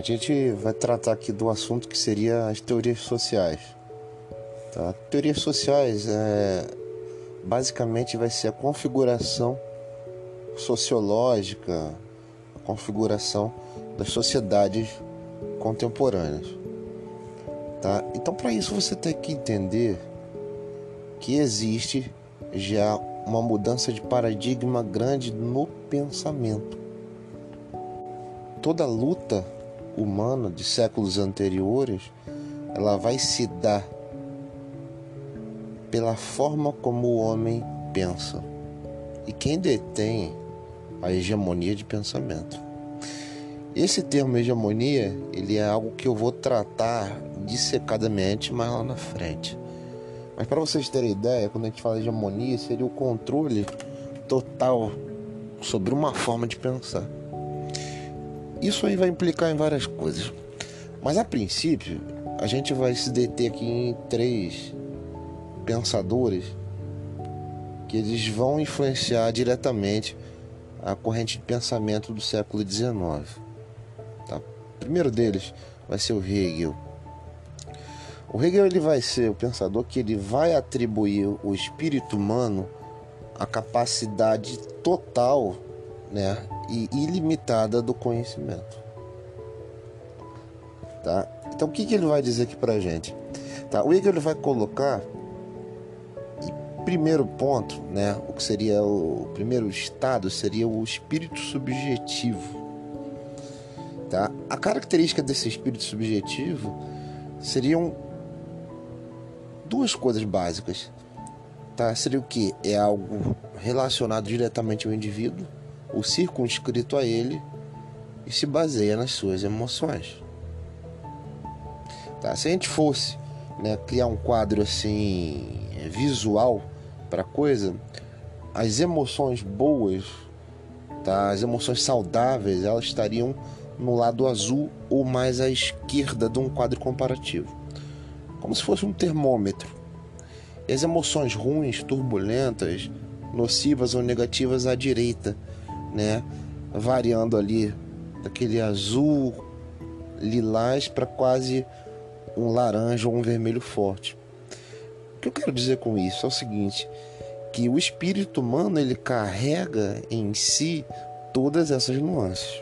gente vai tratar aqui do assunto que seria as teorias sociais. Tá? Teorias sociais basicamente vai ser a configuração sociológica, a configuração das sociedades contemporâneas. Tá? Então, para isso você tem que entender que existe já uma mudança de paradigma grande no pensamento. Toda luta humana de séculos anteriores, ela vai se dar pela forma como o homem pensa. E quem detém a hegemonia de pensamento. Esse termo hegemonia, ele é algo que eu vou tratar dissecadamente mais lá na frente. Mas para vocês terem ideia, quando a gente fala de hegemonia, seria o controle total sobre uma forma de pensar. Isso aí vai implicar em várias coisas. Mas a princípio, a gente vai se deter aqui em 3 pensadores que eles vão influenciar diretamente a corrente de pensamento do século XIX. Tá? O primeiro deles vai ser o Hegel. O Hegel ele vai ser o pensador que ele vai atribuir o espírito humano a capacidade total, né, e ilimitada do conhecimento. Tá? Então o que ele vai dizer aqui pra gente? Tá? O Hegel ele vai colocar em primeiro ponto, né, o que seria o primeiro estado seria o espírito subjetivo. Tá? A característica desse espírito subjetivo seriam 2 coisas básicas. Tá? Seria o que? É algo relacionado diretamente ao indivíduo, ou circunscrito a ele, e se baseia nas suas emoções. Tá? Se a gente fosse, né, criar um quadro assim visual para a coisa, as emoções boas, tá? As emoções saudáveis, elas estariam no lado azul ou mais à esquerda de um quadro comparativo, como se fosse um termômetro. E as emoções ruins, turbulentas, nocivas ou negativas à direita, né? Variando ali daquele azul lilás para quase um laranja ou um vermelho forte. O que eu quero dizer com isso é o seguinte, que o espírito humano ele carrega em si todas essas nuances.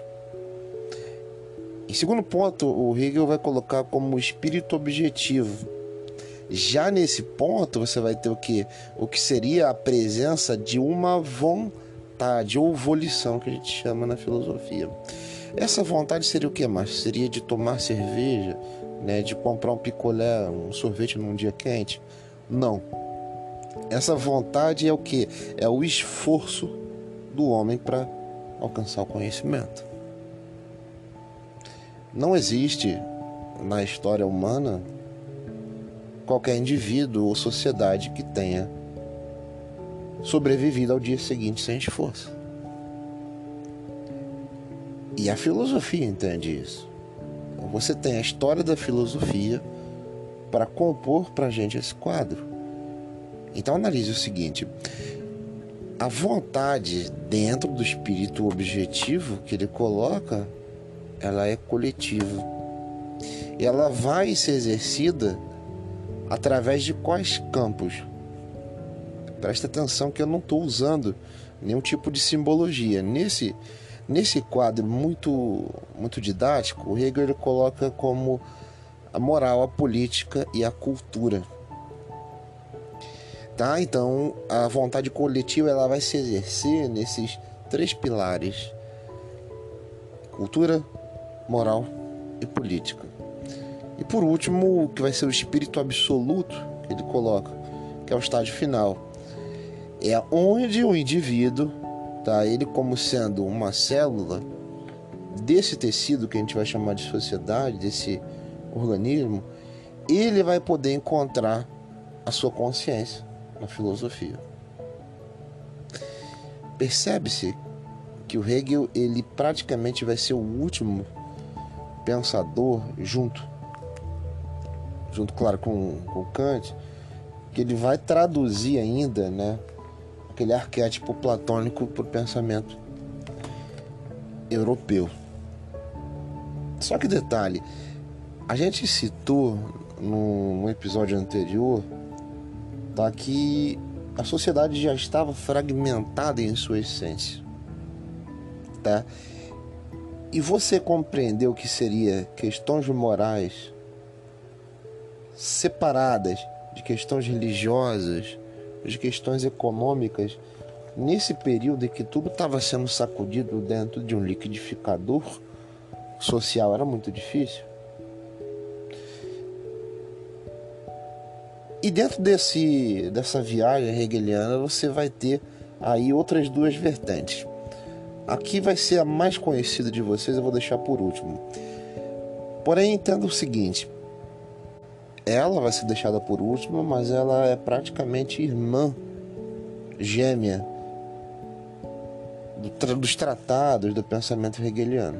Em segundo ponto, o Hegel vai colocar como espírito objetivo. Já nesse ponto, você vai ter o que? O que seria a presença de uma vontade ou volição, que a gente chama na filosofia. Essa vontade seria o que mais? Seria de tomar cerveja, né? De comprar um picolé, um sorvete num dia quente? Não. Essa vontade é o que? É o esforço do homem para alcançar o conhecimento. Não existe na história humana qualquer indivíduo ou sociedade que tenha sobrevivido ao dia seguinte sem esforço. E a filosofia entende isso. Você tem a história da filosofia para compor para a gente esse quadro. Então analise o seguinte: a vontade dentro do espírito objetivo que ele coloca, ela é coletiva. E ela vai ser exercida através de quais campos? Presta atenção que eu não estou usando nenhum tipo de simbologia. Nesse quadro muito didático, o Hegel ele coloca como a moral, a política e a cultura. Tá? Então, a vontade coletiva ela vai se exercer nesses 3 pilares: cultura, moral e política. E por último, o que vai ser o espírito absoluto, que ele coloca, que é o estágio final. É onde o indivíduo, tá, ele como sendo uma célula desse tecido que a gente vai chamar de sociedade, desse organismo, ele vai poder encontrar a sua consciência na filosofia. Percebe-se que o Hegel ele praticamente vai ser o último pensador junto claro com Kant, que ele vai traduzir ainda, né, aquele arquétipo platônico para o pensamento europeu. Só que detalhe, a gente citou no episódio anterior, tá, que a sociedade já estava fragmentada em sua essência, tá? E você compreendeu que seria questões morais separadas de questões religiosas, de questões econômicas, nesse período em que tudo estava sendo sacudido dentro de um liquidificador social. Era muito difícil. E dentro dessa viagem hegeliana você vai ter aí outras duas vertentes. Aqui vai ser a mais conhecida de vocês, eu vou deixar por último. Porém, entenda o seguinte: ela vai ser deixada por último, mas ela é praticamente irmã gêmea dos tratados do pensamento hegeliano.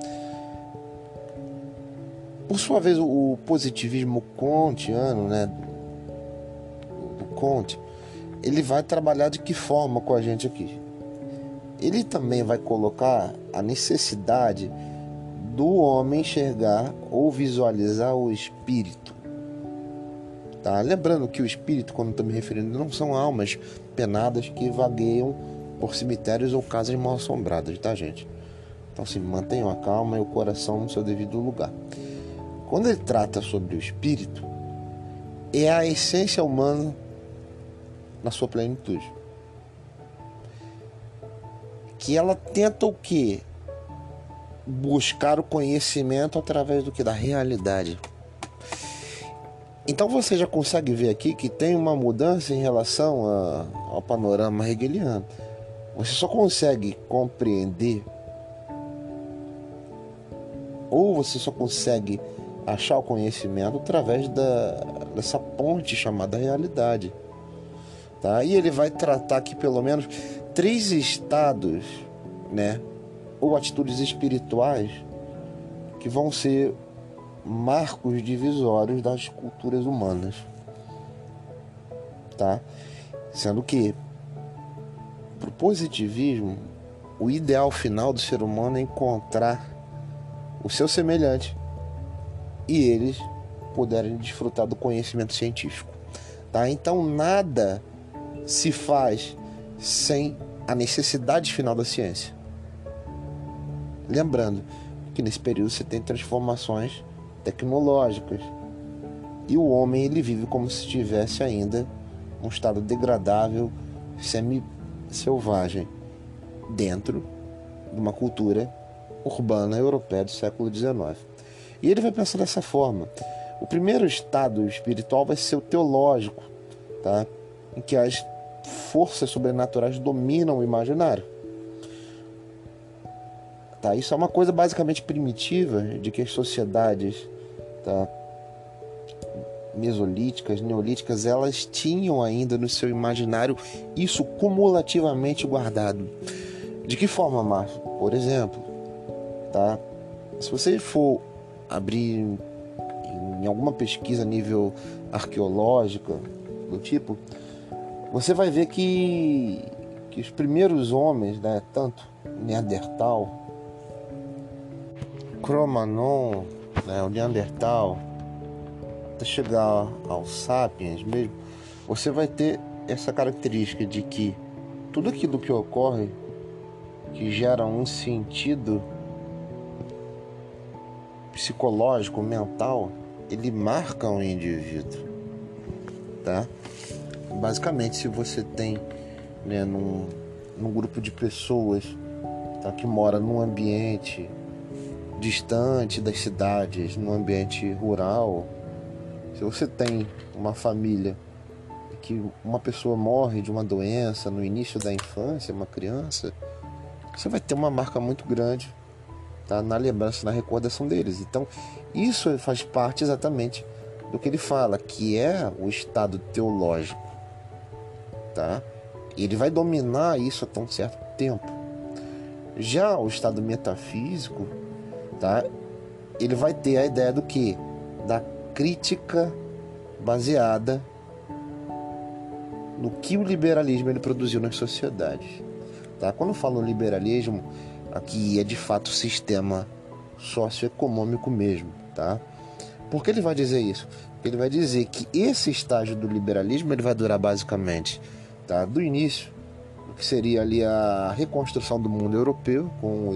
Por sua vez, o positivismo kantiano, né, do Kant, ele vai trabalhar de que forma com a gente aqui? Ele também vai colocar a necessidade do homem enxergar ou visualizar o espírito. Tá? Lembrando que o espírito, quando estou me referindo, não são almas penadas que vagueiam por cemitérios ou casas mal assombradas, tá, gente? Então, assim, mantenham a calma e o coração no seu devido lugar. Quando ele trata sobre o espírito, é a essência humana na sua plenitude. Que ela tenta o quê? Buscar o conhecimento através do que? Da realidade. Então você já consegue ver aqui que tem uma mudança em relação ao panorama hegeliano. Você só consegue compreender, ou você só consegue achar o conhecimento através dessa ponte chamada realidade. Tá? E ele vai tratar aqui pelo menos 3 estados, né, ou atitudes espirituais que vão ser marcos divisórios das culturas humanas, tá? Sendo que, para o positivismo, o ideal final do ser humano é encontrar o seu semelhante e eles puderem desfrutar do conhecimento científico, tá? Então nada se faz sem a necessidade final da ciência. Lembrando que nesse período você tem transformações tecnológicas e o homem ele vive como se estivesse ainda um estado degradável, semi-selvagem, dentro de uma cultura urbana europeia do século XIX. E ele vai pensar dessa forma: o primeiro estado espiritual vai ser o teológico, tá? Em que as forças sobrenaturais dominam o imaginário. Tá? Isso é uma coisa basicamente primitiva de que as sociedades, tá, mesolíticas, neolíticas, elas tinham ainda no seu imaginário isso cumulativamente guardado. De que forma, Márcio? Por exemplo, tá? Se você for abrir em alguma pesquisa a nível arqueológica do tipo, você vai ver que os primeiros homens, né, tanto Neandertal, Cro-Magnon, né, o Neandertal, até chegar aos Sapiens mesmo, você vai ter essa característica de que tudo aquilo que ocorre, que gera um sentido psicológico, mental, ele marca um indivíduo, tá? Basicamente, se você tem, né, num grupo de pessoas, tá, que mora num ambiente distante das cidades, num ambiente rural, se você tem uma família que uma pessoa morre de uma doença no início da infância, uma criança, você vai ter uma marca muito grande, tá, na lembrança, na recordação deles. Então, isso faz parte exatamente do que ele fala, que é o estado teológico, tá? Ele vai dominar isso até um certo tempo. Já o estado metafísico, tá, ele vai ter a ideia do que? Da crítica baseada no que o liberalismo ele produziu nas sociedades, tá? Quando eu falo liberalismo, aqui é de fato o sistema socioeconômico mesmo, tá? Por que ele vai dizer isso? Ele vai dizer que esse estágio do liberalismo ele vai durar basicamente, tá? Do início, o que seria ali a reconstrução do mundo europeu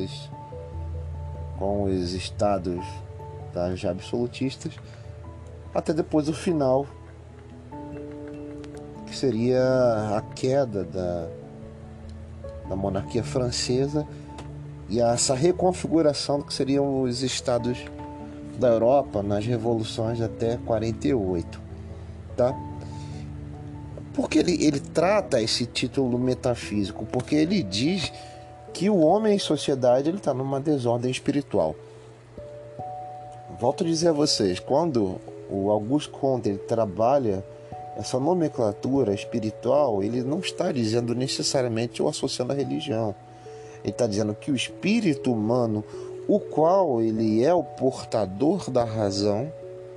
com os estados, tá, já absolutistas, até depois o final, que seria a queda da monarquia francesa e essa reconfiguração do que seriam os estados da Europa nas revoluções até 48, tá? Porque ele trata esse título metafísico, porque ele diz que o homem em sociedade ele está numa desordem espiritual. Volto a dizer a vocês, quando o Auguste Comte ele trabalha essa nomenclatura espiritual, ele não está dizendo necessariamente ou associando a religião. Ele está dizendo que o espírito humano, o qual ele é o portador da razão,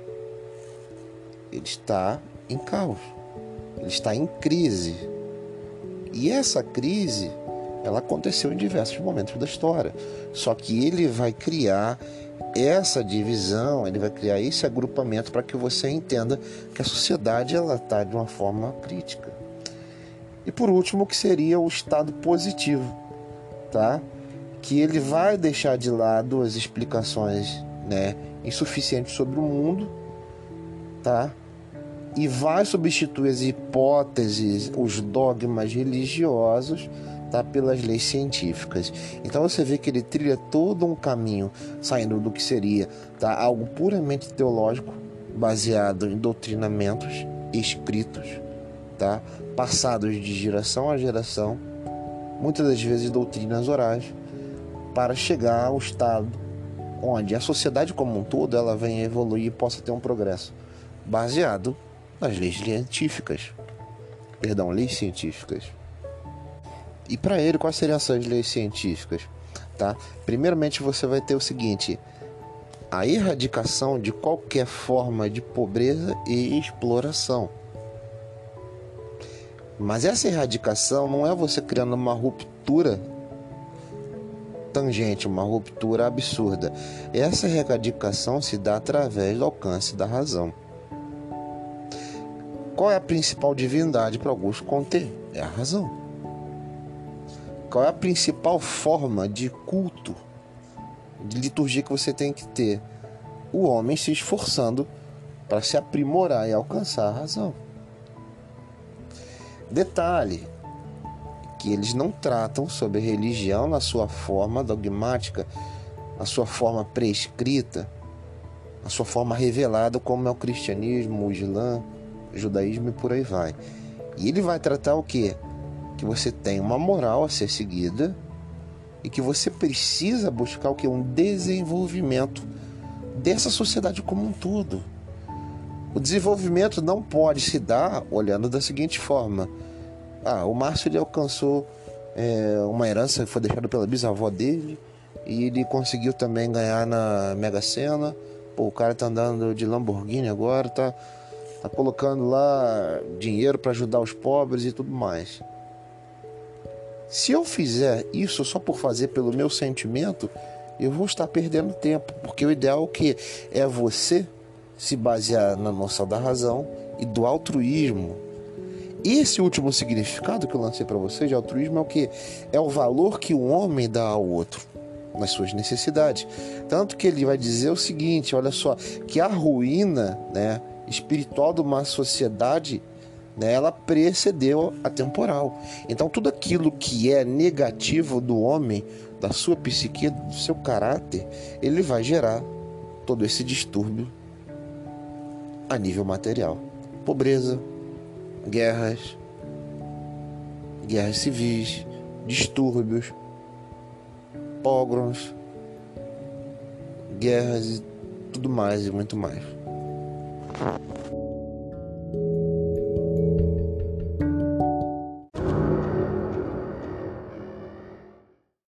ele está em caos, ele está em crise. E essa crise, ela aconteceu em diversos momentos da história. Só que ele vai criar essa divisão, ele vai criar esse agrupamento para que você entenda que a sociedade ela está de uma forma crítica. E por último, que seria o estado positivo, tá? Que ele vai deixar de lado as explicações, né, insuficientes sobre o mundo, tá? E vai substituir as hipóteses, os dogmas religiosos, tá, pelas leis científicas. Então você vê que ele trilha todo um caminho saindo do que seria, tá, algo puramente teológico, baseado em doutrinamentos escritos, tá, passados de geração a geração, muitas das vezes doutrinas orais, para chegar ao estado onde a sociedade como um todo ela venha evoluir e possa ter um progresso baseado nas leis científicas. Leis científicas. E para ele, quais seriam essas leis científicas? Tá? Primeiramente, você vai ter o seguinte: a erradicação de qualquer forma de pobreza e exploração. Mas essa erradicação não é você criando uma ruptura tangente, uma ruptura absurda. Essa erradicação se dá através do alcance da razão. Qual é a principal divindade para Auguste Comte? É a razão. Qual é a principal forma de culto, de liturgia que você tem que ter? O homem se esforçando para se aprimorar e alcançar a razão. Detalhe, que eles não tratam sobre religião na sua forma dogmática, na sua forma prescrita, na sua forma revelada, como é o cristianismo, o islã, o judaísmo e por aí vai. E ele vai tratar o quê? Que você tem uma moral a ser seguida e que você precisa buscar o quê? Um desenvolvimento dessa sociedade como um todo. O desenvolvimento não pode se dar olhando da seguinte forma: o Márcio ele alcançou uma herança que foi deixada pela bisavó dele e ele conseguiu também ganhar na Mega Sena. Pô, o cara tá andando de Lamborghini agora, tá colocando lá dinheiro para ajudar os pobres e tudo mais. Se eu fizer isso só por fazer pelo meu sentimento, eu vou estar perdendo tempo, porque o ideal é você se basear na noção da razão e do altruísmo. Esse último significado que eu lancei para vocês de altruísmo é o que? É o valor que o homem dá ao outro nas suas necessidades. Tanto que ele vai dizer o seguinte, olha só, que a ruína, né, espiritual de uma sociedade, né, ela precedeu a temporal. Então tudo aquilo que é negativo do homem, da sua psique, do seu caráter, ele vai gerar todo esse distúrbio a nível material. Pobreza, guerras civis, distúrbios, pogroms, guerras e tudo mais e muito mais.